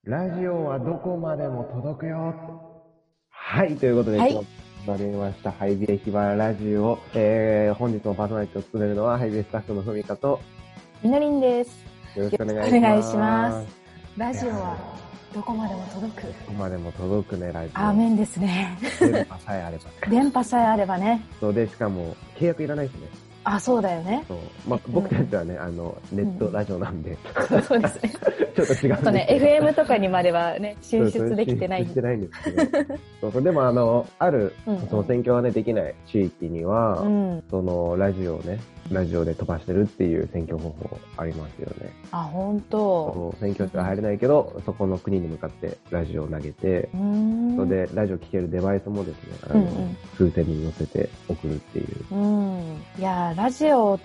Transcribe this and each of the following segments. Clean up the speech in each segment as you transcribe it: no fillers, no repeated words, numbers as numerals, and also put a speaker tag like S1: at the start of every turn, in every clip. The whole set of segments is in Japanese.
S1: ラジオはどこまでも届くよ。はい、ということで、今日始まりました、ハイビエヒバラジオ。本日もパーソナリティを務めるのは、ハイビエスタッフのふみかと、
S2: みのりんです。
S1: よろしくお願いします。
S2: お願いします。ラジオはどこまでも届く。ど
S1: こまでも届くね、ラジオ。
S2: アーメンですね。
S1: 電波さえあれば。
S2: 電波さえあればね。
S1: そうで、しかも、契約いらないですね。
S2: あ、そうだよね。
S1: そう。まあ、僕たちはね、ネットラジオなんで。
S2: そうですね。
S1: ちょっと違うんですけど。
S2: あとね、FM とかにまではね、進出できてない。
S1: 進出してないんですけど。そうでもある、その選挙がね、できない地域には、そのラジオをね、ラジオで飛ばしてるっていう選挙方法ありますよね。
S2: あ、本当。
S1: 選挙地は入れないけど、そこの国に向かってラジオを投げて、それでラジオ聴けるデバイスもですね、数点に乗せて送るっていう。
S2: いや、ラジオって、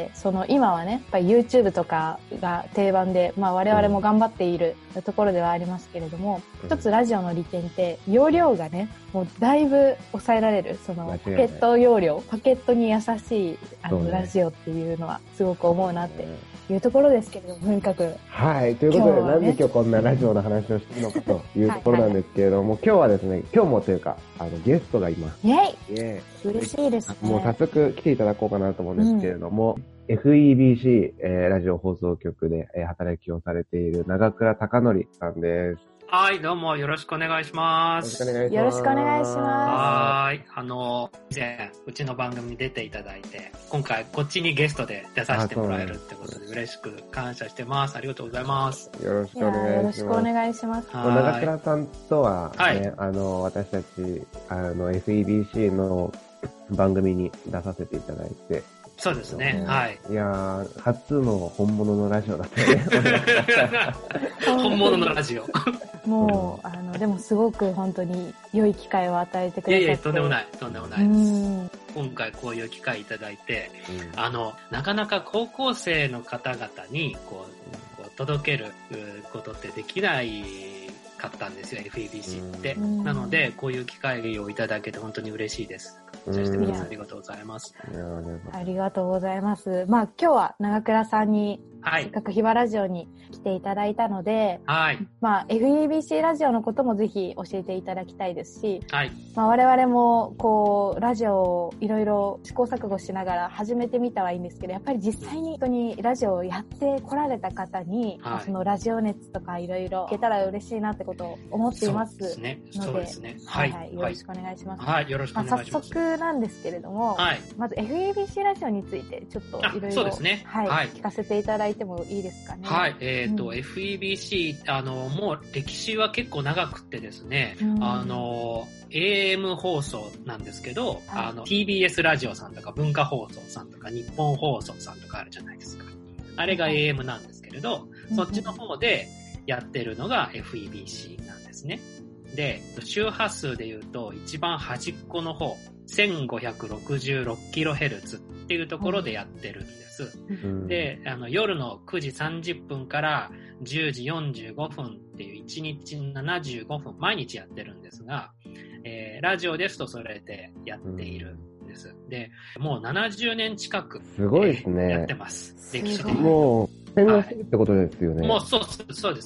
S2: 今はね、やっぱり YouTube とかが定番で、まあ我々も頑張っているところではありますけれども、一つラジオの利点って、容量がね、もうだいぶ抑えられる、パケット容量、パケットに優しい、ラジオっていうのはすごく思うなっていうところですけれども、とにかく。
S1: はい、ということで、なんで今日こんなラジオの話をしてるのかというところなんですけれども、今日はですね、今日もというか、ゲストがいます。
S2: イェイ嬉しいですね。
S1: もう早速来ていただこうかなと思うんですけれども、FEBC、ラジオ放送局で、働きをされている長倉貴則さんです。
S3: はい、どうもよろしくお願いします。
S2: よろしくお願いしま
S3: す。以前、うちの番組に出ていただいて、今回こっちにゲストで出させてもらえるってことで嬉しく感謝してます。ありがとうございます。
S1: よろしくお願いします。
S2: よろしくお願いします。
S1: 長倉さんとはね、私たち、FEBC の番組に出させていただいて、
S3: そうですね。はい。
S1: いやー、初の本物のラジオだったよね。
S3: 本物のラジオ。
S2: もう、でもすごく本当に良い機会を与えてくださって。
S3: いや、とんでもないです。今回こういう機会いただいて、なかなか高校生の方々に、届けることってできないかったんですよ、FEBC って。なので、こういう機会をいただけて本当に嬉しいです。ありがとうございます。
S2: ありがとうございます。まあ今日は長倉さんに、せっかくヒバラジオに来ていただいたので、まあ FEBC ラジオのこともぜひ教えていただきたいですし、まあ我々もラジオをいろいろ試行錯誤しながら始めてみたはいいんですけど、やっぱり実際に本当にラジオをやってこられた方に、そのラジオ熱とかいろいろ聞けたら嬉しいなってことを思っていますので、
S3: そうですね。
S2: よろしくお願いします。
S3: はい、よろしくお願いします。
S2: 早速なんですけれども、まず FEBC ラジオについてちょっといろいろ聞かせていただいてもいいですかね。
S3: はい、FEBC もう歴史は結構長くってですね、AM 放送なんですけど、TBS ラジオさんとか文化放送さんとか日本放送さんとかあるじゃないですか。あれが AM なんですけれど、そっちの方でやってるのが FEBC なんですね。で、周波数で言うと一番端っこの方、1566kHz っていうところでやってるんです。で、夜の9時30分から10時45分っていう1日75分、毎日やってるんですが、ラジオですとそれでやっているんです。で、もう70年近く、
S1: すごいですね。
S3: やってます。歴史的に。
S1: もう洗脳してるってことですよね。
S3: もうそうです。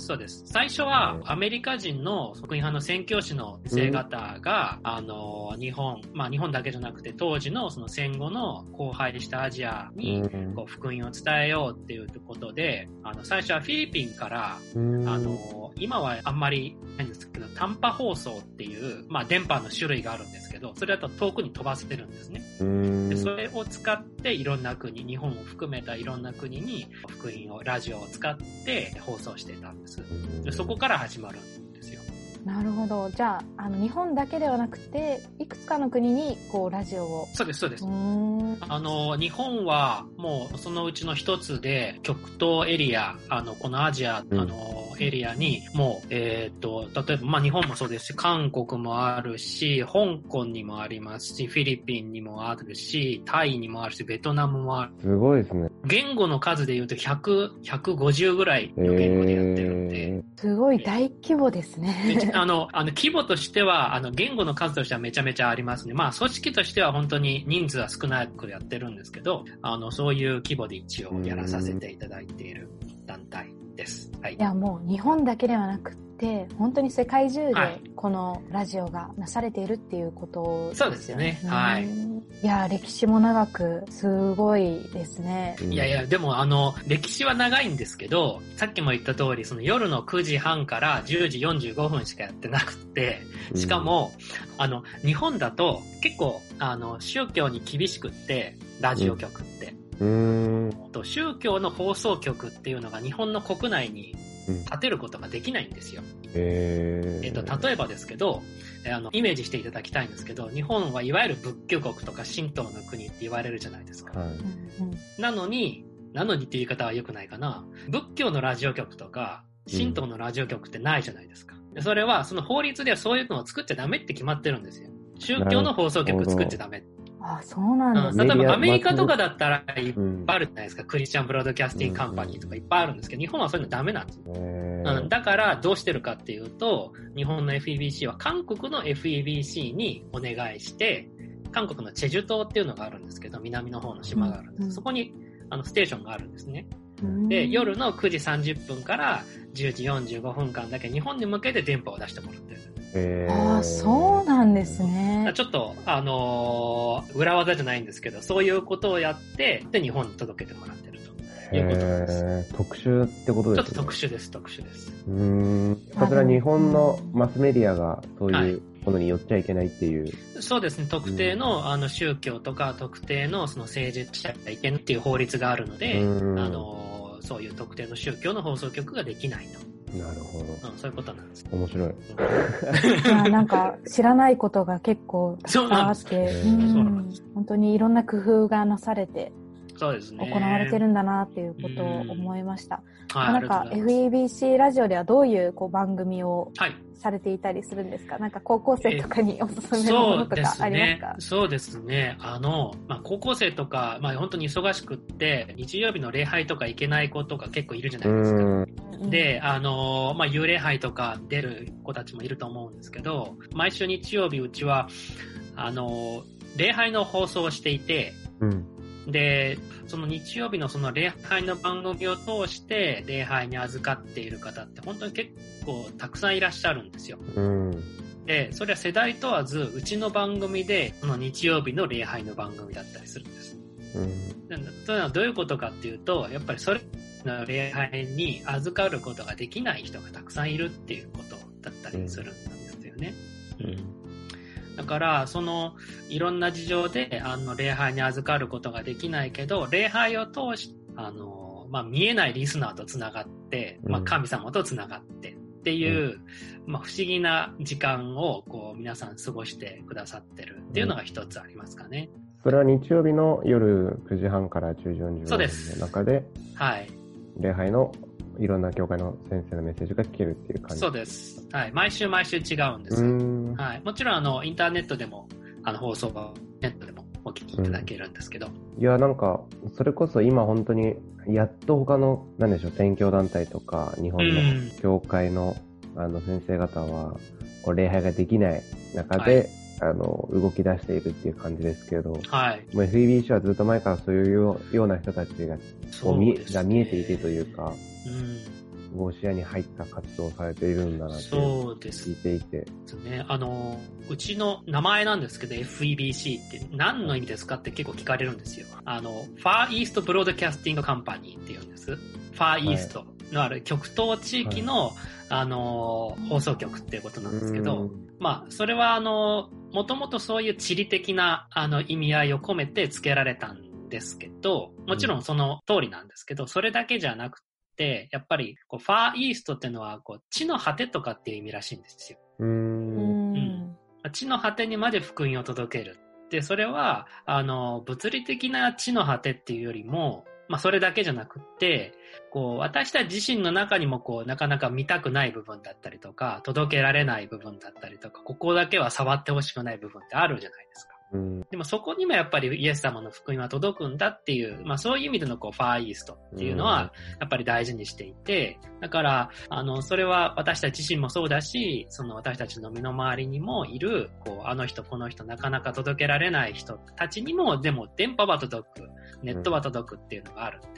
S3: 最初はアメリカ人の福音派の宣教師の先生方が、日本だけじゃなくて当時のその戦後の荒廃したアジアに福音を伝えようっていうことで、最初はフィリピンから、今はあんまりないんですけど、短波放送っていう、電波の種類があるんですけど、それだと遠くに飛ばせてるんですね。でそれを使っていろんな国、日本を含めたいろんな国に福音をラジオを使って放送してたんです。でそこから始まるんですよ。
S2: なるほど。じゃあ、日本だけではなくて、いくつかの国に、ラジオを。
S3: そうです。日本はもうそのうちの一つで、極東エリア、このアジア、エリアに、もう、例えば、日本もそうですし、韓国もあるし、香港にもありますし、フィリピンにもあるし、タイにもあるし、ベトナムもある。
S1: すごいですね。
S3: 言語の数で言うと150ぐらいの言語でやってるんで。
S2: すごい大規模ですね。
S3: 規模としては、言語の数としてはめちゃめちゃありますね。組織としては本当に人数は少なくやってるんですけど、そういう規模で一応やらさせていただいている団体です。はい。
S2: いや、もう日本だけではなくて、本当に世界中でこのラジオがなされているっていうことですよね。
S3: そうですね。はい。
S2: いや、歴史も長く、すごいですね。
S3: いやいや、でも歴史は長いんですけど、さっきも言った通り、その夜の9時半から10時45分しかやってなくて、しかも、日本だと結構、宗教に厳しくって、ラジオ局って。宗教の放送局っていうのが日本の国内に立てることができないんですよ。例えばですけど、イメージしていただきたいんですけど、日本はいわゆる仏教国とか神道の国って言われるじゃないですか。なのにっていう言い方は良くないかな。仏教のラジオ局とか、神道のラジオ局ってないじゃないですか。それは、その法律ではそういうのを作っちゃダメって決まってるんですよ。宗教の放送局作っちゃダメ。
S2: あ、そうなんです
S3: ね。例えばアメリカとかだったらいっぱいあるじゃないですか。クリスチャンブロードキャスティングカンパニーとかいっぱいあるんですけど、日本はそういうのダメなんですよ。だからどうしてるかっていうと、日本の FEBC は韓国の FEBC にお願いして、韓国のチェジュ島っていうのがあるんですけど、南の方の島があるんです。そこにステーションがあるんですね。で、夜の9時30分から10時45分間だけ日本に向けて電波を出してもらってる。
S2: ああ、そうなんですね。
S3: ちょっと、裏技じゃないんですけど、そういうことをやって、で、日本に届けてもらってるということなんです。
S1: 特殊ってことですね。
S3: ちょっと特殊です。
S1: それは日本のマスメディアがそういうものに寄っちゃいけないっていう。
S3: そうですね。特定の、宗教とか特定のその政治者がいけないっていう法律があるので、そういう特定の宗教の放送局ができないと。
S1: なるほど。
S3: そういうことなんです。
S1: 面白い。
S2: なんか知らないことが結構たくさんあって、本当にいろんな工夫がなされて、
S3: そうですね。
S2: 行われてるんだなっていうことを思いました。なんか FEBC ラジオではどういう番組をされていたりするんですか？なんか高校生とかにおすすめのものとかありますか？
S3: そうですね。高校生とか、本当に忙しくって、日曜日の礼拝とか行けない子とか結構いるじゃないですか。で、幽霊杯とか出る子たちもいると思うんですけど、毎週日曜日うちは、礼拝の放送をしていて、で、その日曜日のその礼拝の番組を通して礼拝に預かっている方って本当に結構たくさんいらっしゃるんですよ。で、それは世代問わず、うちの番組で、その日曜日の礼拝の番組だったりするんです。それはどういうことかっていうと、やっぱりそれの礼拝に預かることができない人がたくさんいるっていうことだったりするんですよね。だから、いろんな事情で、礼拝に預かることができないけど、礼拝を通し、見えないリスナーとつながって、神様とつながってっていう、不思議な時間を、皆さん過ごしてくださってるっていうのが一つありますかね。
S1: それは日曜日の夜9時半から10時45分の中で、
S3: はい。
S1: 礼拝のいろんな教会の先生のメッセージが聞けるっていう感じ。
S3: そうです。はい。毎週違うんですよ。はい。もちろんインターネットでも放送がネットでもお聞きいただけるんですけど。
S1: いや、なんかそれこそ今本当にやっと他の宣教団体とか日本の教会の先生方は礼拝ができない中で、動き出しているっていう感じですけど、
S3: はい。
S1: もう FEBC はずっと前からそういうような人たちが見えていてというか、視野に入った活動をされているんだなって聞いていて。
S3: そうですね。うちの名前なんですけど、FEBC って何の意味ですかって結構聞かれるんですよ。Far East Broadcasting Company っていうんです。Far East のある極東地域の、放送局っていうことなんですけど、それはもともとそういう地理的な意味合いを込めて付けられたんですけど、もちろんその通りなんですけど、それだけじゃなくて、やっぱりファーイーストっていうのは地の果てとかっていう意味らしいんですよ。地の果てにまで福音を届ける。で、それは物理的な地の果てっていうよりも、それだけじゃなくって、私たち自身の中にもなかなか見たくない部分だったりとか、届けられない部分だったりとか、ここだけは触ってほしくない部分ってあるじゃないですか。でもそこにもやっぱりイエス様の福音は届くんだっていう、そういう意味でのファーイーストっていうのはやっぱり大事にしていて、だからそれは私たち自身もそうだし、私たちの身の回りにもいるあの人この人なかなか届けられない人たちにもでも電波は届く、ネットは届くっていうのがあるんで、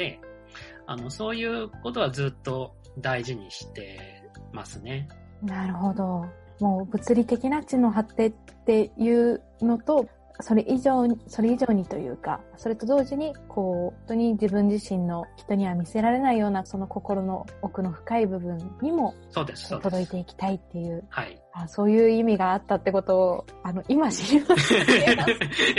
S3: そういうことはずっと大事にしてますね。
S2: なるほど。もう物理的な知の発展っていうのと、それ以上にというか、それと同時に、本当に自分自身の人には見せられないような、その心の奥の深い部分にも、届いていきたいっていう、
S3: はい。
S2: そういう意味があったってことを、今知りました。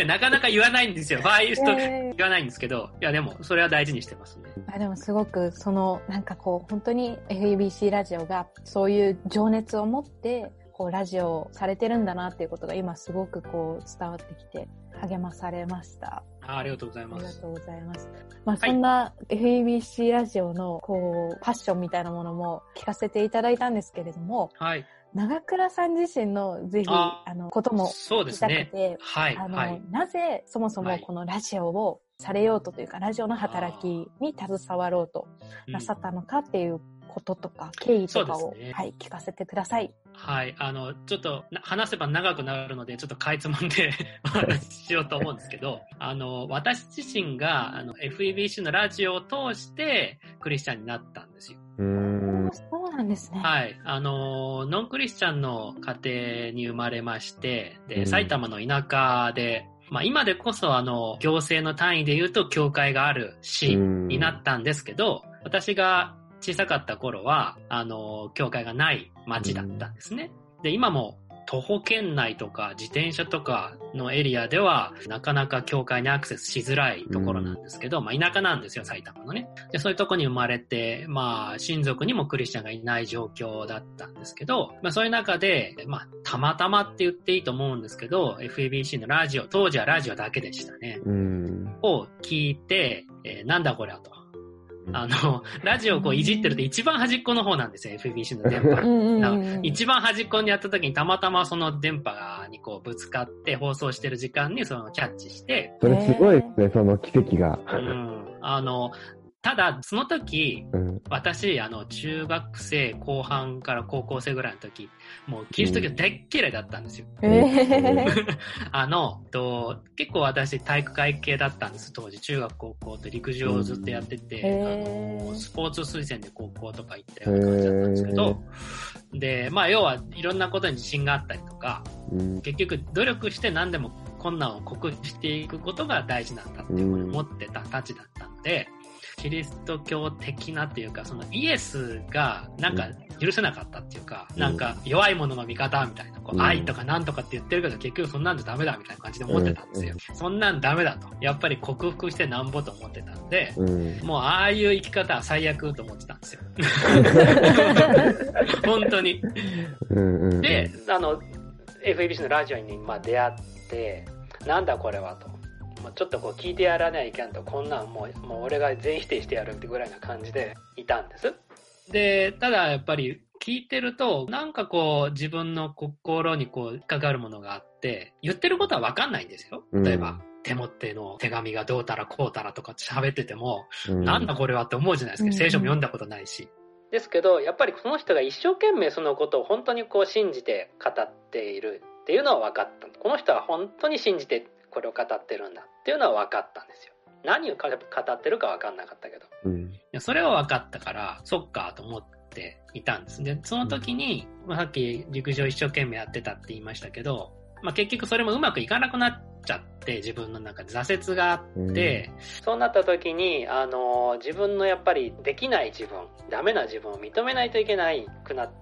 S3: なかなか言わないんですよ。場合人言わないんですけど、いやでも、それは大事にしてますね。
S2: でもすごく、本当に FEBC ラジオが、そういう情熱を持って、ラジオをされてるんだなっていうことが今すごく伝わってきて励まされました。
S3: ありがとうございます。
S2: ありがとうございます。そんな FEBC ラジオのパッションみたいなものも聞かせていただいたんですけれども、
S3: はい。
S2: 長倉さん自身のぜひことも聞きたくて、
S3: はい。
S2: なぜそもそもこのラジオをされようというか、ラジオの働きに携わろうとなさったのかっていうこととか経緯とかを、聞かせてください。
S3: はい、ちょっと話せば長くなるので、ちょっとかいつまんでお話ししようと思うんですけど、私自身がFEBC のラジオを通してクリスチャンになったんですよ。
S2: そうなんですね。
S3: はい。ノンクリスチャンの家庭に生まれまして、で、埼玉の田舎で、今でこそ行政の単位で言うと教会がある市になったんですけど、私が小さかった頃は、教会がない町だったんですね。で、今も徒歩圏内とか自転車とかのエリアでは、なかなか教会にアクセスしづらいところなんですけど、田舎なんですよ、埼玉のね。で、そういうとこに生まれて、親族にもクリスチャンがいない状況だったんですけど、そういう中で、たまたまって言っていいと思うんですけど、FEBC のラジオ、当時はラジオだけでしたね。を聞いて、なんだこれはと。ラジオをいじってると一番端っこの方なんですよ、FEBC の電波。一番端っこにやった時にたまたまその電波にぶつかって放送してる時間にキャッチして。
S1: それすごいですね、その奇跡が。
S3: ただ、その時、私、中学生後半から高校生ぐらいの時、もうキリスト教大っ嫌いだったんですよ。結構私体育会系だったんです、当時。中学高校と陸上をずっとやってて、スポーツ推薦で高校とか行ったような感じだったんですけど、で、要はいろんなことに自信があったりとか、結局努力して何でも困難を克服していくことが大事なんだっていうふうに思ってたたちだったので、キリスト教的なっていうか、そのイエスがなんか許せなかったっていうか、なんか弱い者の味方みたいな、愛とかなんとかって言ってるけど結局そんなんじゃダメだみたいな感じで思ってたんですよ。そんなんダメだと。やっぱり克服してなんぼと思ってたんで、もうああいう生き方は最悪と思ってたんですよ。本当に。で、FEBC のラジオに出会って、なんだこれはと。ちょっと聞いてやらないかんと、こんなんもう俺が全否定してやるってぐらいな感じでいたんです。で、ただやっぱり聞いてると、なんか自分の心に引っかかるものがあって、言ってることはわかんないんですよ。例えば、手持っての手紙がどうたらこうたらとか喋ってても、なんだこれはって思うじゃないですか。聖書も読んだことないし。ですけど、やっぱりその人が一生懸命そのことを本当に信じて語っているっていうのは分かった。この人は本当に信じてこれを語ってるんだっていうのは分かったんですよ。何を語ってるか分かんなかったけど。それは分かったから、そっかと思っていたんです。で、その時に、さっき陸上一生懸命やってたって言いましたけど、結局それもうまくいかなくなっちゃって、自分の中で挫折があって、そうなった時に、自分のやっぱりできない自分、ダメな自分を認めないといけないくなって、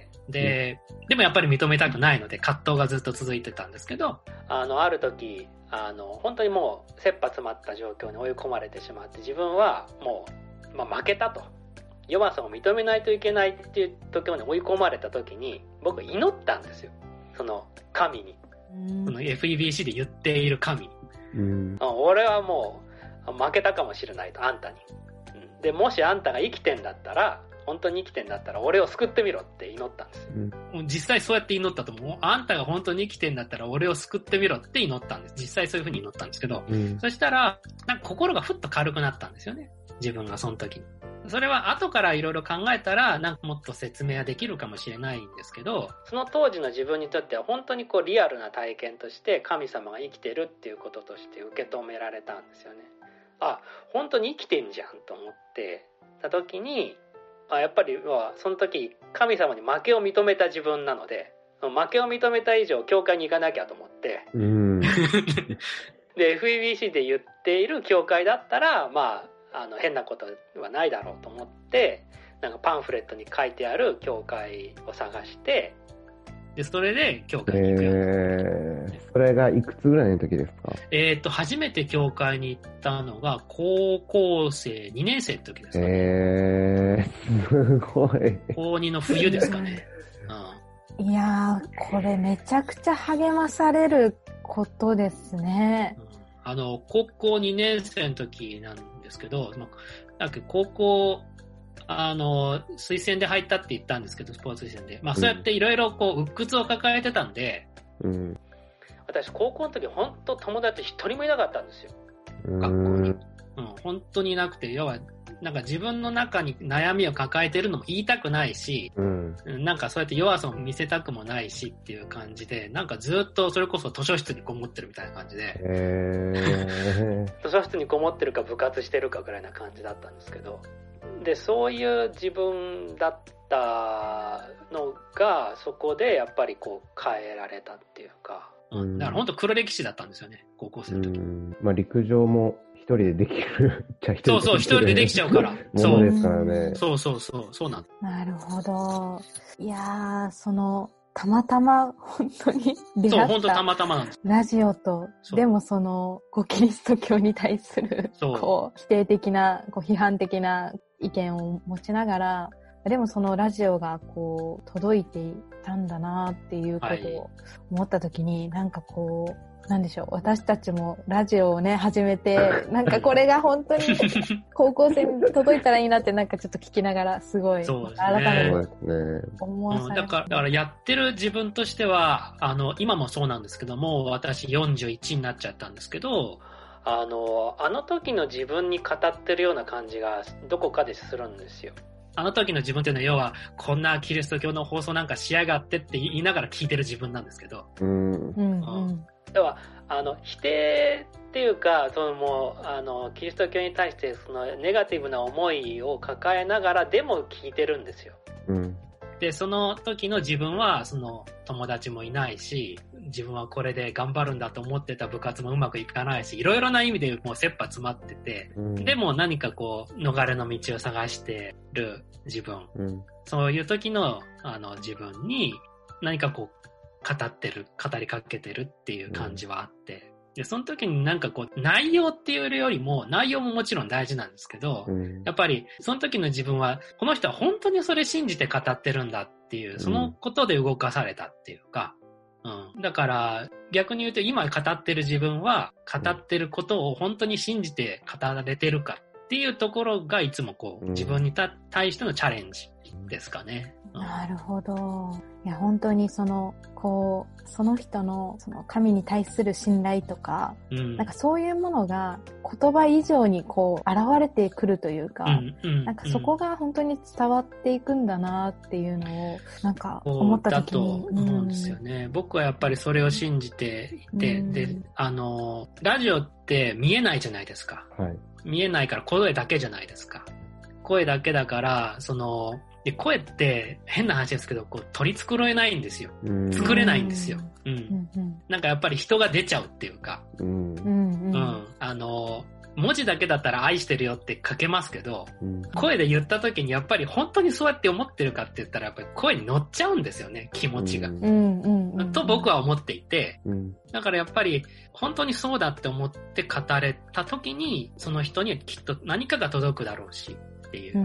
S3: でもやっぱり認めたくないので葛藤がずっと続いてたんですけど、ある時、本当にもう切羽詰まった状況に追い込まれてしまって、自分はもう、負けたと。弱さを認めないといけないっていうところに追い込まれた時に、僕祈ったんですよ。その神に。その FEBC で言っている神に。俺はもう負けたかもしれないと、あんたに。で、もしあんたが生きてんだったら、本当に生きてんだったら俺を救ってみろって祈ったんですよ。もう実際そうやって祈ったと思う。あんたが本当に生きてんだったら俺を救ってみろって祈ったんです。実際そういう風に祈ったんですけど、そしたらなんか心がふっと軽くなったんですよね。自分がその時に。それは後からいろいろ考えたらなんかもっと説明はできるかもしれないんですけど、その当時の自分にとっては本当にリアルな体験として神様が生きてるっていうこととして受け止められたんですよね。 本当に生きてんじゃんと思ってた時に、やっぱりその時神様に負けを認めた自分なので、負けを認めた以上教会に行かなきゃと思って、で FEBC で言っている教会だったら変なことはないだろうと思って、なんかパンフレットに書いてある教会を探して、でそれで教会に行くようになって、
S1: それがいくつぐらいの時ですか？
S3: 初めて教会に行ったのが高校生2年生の時ですかね。
S1: すごい。
S3: 高2の冬ですかね。
S2: いやー、これめちゃくちゃ励まされることですね。
S3: 高校2年生の時なんですけど、高校推薦で入ったって言ったんですけど、スポーツ推薦で。そうやっていろいろ鬱屈を抱えてたんで、私高校の時本当友達一人もいなかったんですよ。学校に。本当にいなくて、要は、なんか自分の中に悩みを抱えてるのも言いたくないし、なんかそうやって弱さを見せたくもないしっていう感じで、なんかずっとそれこそ図書室にこもってるみたいな感じで、図書室にこもってるか部活してるかぐらいな感じだったんですけど、でそういう自分だったのがそこでやっぱり変えられたっていうか、だから本当黒歴史だったんですよね、高校生の時。
S1: 陸上も一人でできるじゃ一人でできる。
S3: そう一人でできちゃうから。
S1: そうですからね。
S3: そうなん。
S2: なるほど。いやー、たまたま本当に出会った。
S3: 本当たまたまなんです。
S2: ラジオと、でもキリスト教に対する、否定的な、批判的な意見を持ちながら、でもそのラジオが届いていたんだなっていうことを思ったときに、なんかなんでしょう、私たちもラジオをね、始めて、なんかこれが本当に高校生に届いたらいいなって、なんかちょっと聞きながら、すごい、改めて思わされました。
S3: だからやってる自分としては、今もそうなんですけども、私41になっちゃったんですけど、あの時の自分に語ってるような感じがどこかでするんですよ。あの時の自分っていうのは、要はこんなキリスト教の放送なんかしやがってって言いながら聞いてる自分なんですけど、では否定っていうか、キリスト教に対してネガティブな思いを抱えながらでも聞いてるんですよ。でその時の自分は友達もいないし、自分はこれで頑張るんだと思ってた部活もうまくいかないし、いろいろな意味でもう切羽詰まってて、でも何か逃れの道を探してる自分、そういう時の自分に何か語りかけてるっていう感じはあって、でその時になんか内容っていうよりも、内容ももちろん大事なんですけど、やっぱりその時の自分はこの人は本当にそれ信じて語ってるんだっていう、そのことで動かされたっていうか、だから逆に言うと今語ってる自分は語ってることを本当に信じて語られてるかっていうところがいつも自分に対してのチャレンジですかね。
S2: なるほど。いや本当にその人の神に対する信頼とか、なんかそういうものが言葉以上に現れてくるというか、なんかそこが本当に伝わっていくんだなっていうのをなんか思った時に、
S3: だと思うんですよね。僕はやっぱりそれを信じていて、でラジオって見えないじゃないですか。見えないから声だけじゃないですか。声だけだからで声って変な話ですけど取り繕えないんですよ。作れないんですよ。なんかやっぱり人が出ちゃうっていうか、文字だけだったら愛してるよって書けますけど、声で言った時にやっぱり本当にそうやって思ってるかって言ったらやっぱり声に乗っちゃうんですよね、気持ちが。と僕は思っていて、だからやっぱり本当にそうだって思って語れた時にその人にはきっと何かが届くだろうしっていう、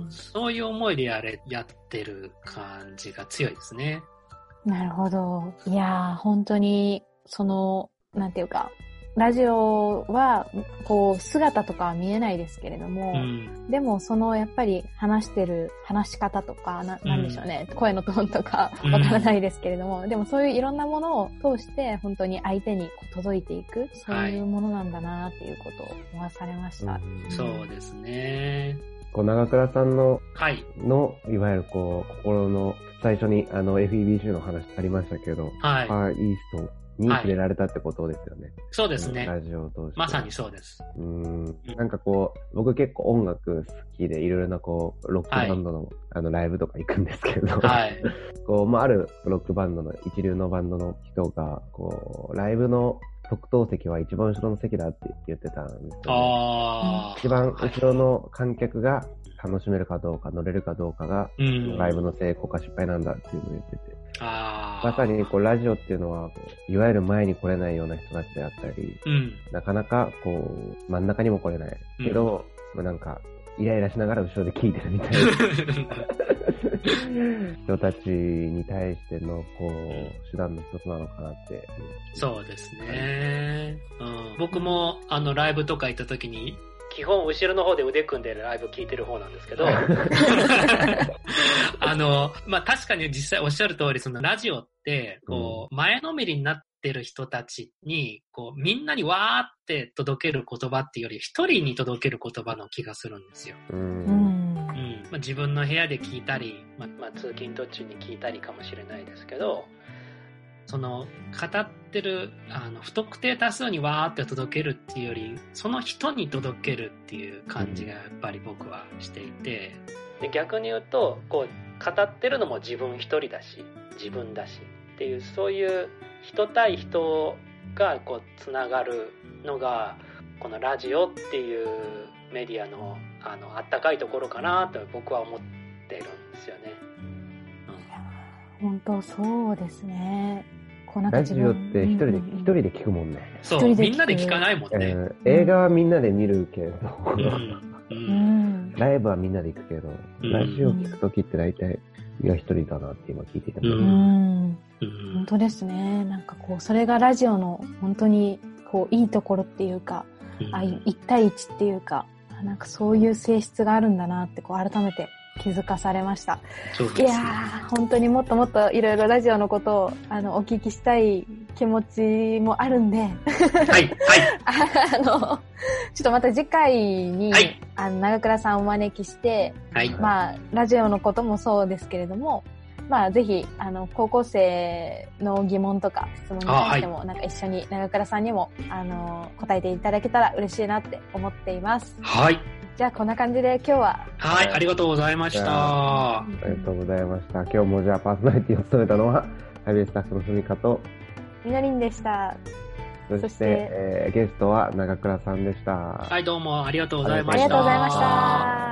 S3: そういう思いでやってる感じが強いですね。
S2: なるほど。いやー本当になんていうかラジオは姿とかは見えないですけれども、でもやっぱり話し方とかなんでしょうね、声のトーンとかわからないですけれども、でもそういういろんなものを通して本当に相手に届いていく、そういうものなんだなっていうことを思わされました。
S3: そうですね。
S1: 長倉さんの、いわゆる心の最初にFEBC の話ありましたけど、ファーイーストに触れられたってことですよね。
S3: そうですね。
S1: ラジオを通して。
S3: まさにそうです。
S1: なんかこう、僕結構音楽好きでいろいろなこう、ロックバンドの、ライブとか行くんですけど、はい。こう、あるロックバンドの、一流のバンドの人が、こう、ライブの特等席は一番後ろの席だって言ってたんですよ、ね。一番後ろの観客が楽しめるかどうか、乗れるかどうかが、ライブの成功か失敗なんだっていうのを言ってて。まさにこうラジオっていうのは、いわゆる前に来れないような人たちであったり、なかなかこう、真ん中にも来れないけど、なんか、イライラしながら後ろで聞いてるみたいな人たちに対しての、こう、手段の一つなのかなって。
S3: そうですね。僕も、ライブとか行った時に、基本後ろの方で腕組んでるライブ聞いてる方なんですけど確かに実際おっしゃる通り、そのラジオって、こう、前のめりになってる人たちに、こう、みんなにわーって届ける言葉っていうより、一人に届ける言葉の気がするんですよ。自分の部屋で聞いたり、通勤途中に聞いたりかもしれないですけど、その語ってる不特定多数にわーって届けるっていうより、その人に届けるっていう感じがやっぱり僕はしていて、で逆に言うとこう語ってるのも自分一人だし自分だしっていう、そういう人対人がこうつながるのがこのラジオっていうメディアのあったかいところかなと僕は思ってるんですよね。
S2: 本当そうですね。
S1: ラジオって一人で聞くもんね。
S3: そう、みんなで聞かないもんね。
S1: 映画はみんなで見るけど、ライブはみんなで行くけど、ラジオ聞くときって大体、一人だなって今聞いてた。
S2: 本当ですね。なんかこう、それがラジオの本当にこう、いいところっていうか、1対1っていうか、なんかそういう性質があるんだなってこう、改めて気づかされました。いやー、本当にもっともっといろいろラジオのことをお聞きしたい気持ちもあるんで、はい、はい。ちょっとまた次回に、はい、長倉さんをお招きして、はい、ラジオのこともそうですけれども、ぜひ、高校生の疑問とか質問に対しても、なんか一緒に長倉さんにも、答えていただけたら嬉しいなって思っています。
S3: はい。
S2: じゃあこんな感じで今日は。
S3: はい、ありがとうございました。
S1: ありがとうございました。今日もじゃあパーソナリティを務めたのは、旅スタッフのすみかと、
S2: みのりんでした。
S1: そして、ゲストは長倉さんでした。
S3: はい、どうもありがとうございました。
S2: ありがとうございました。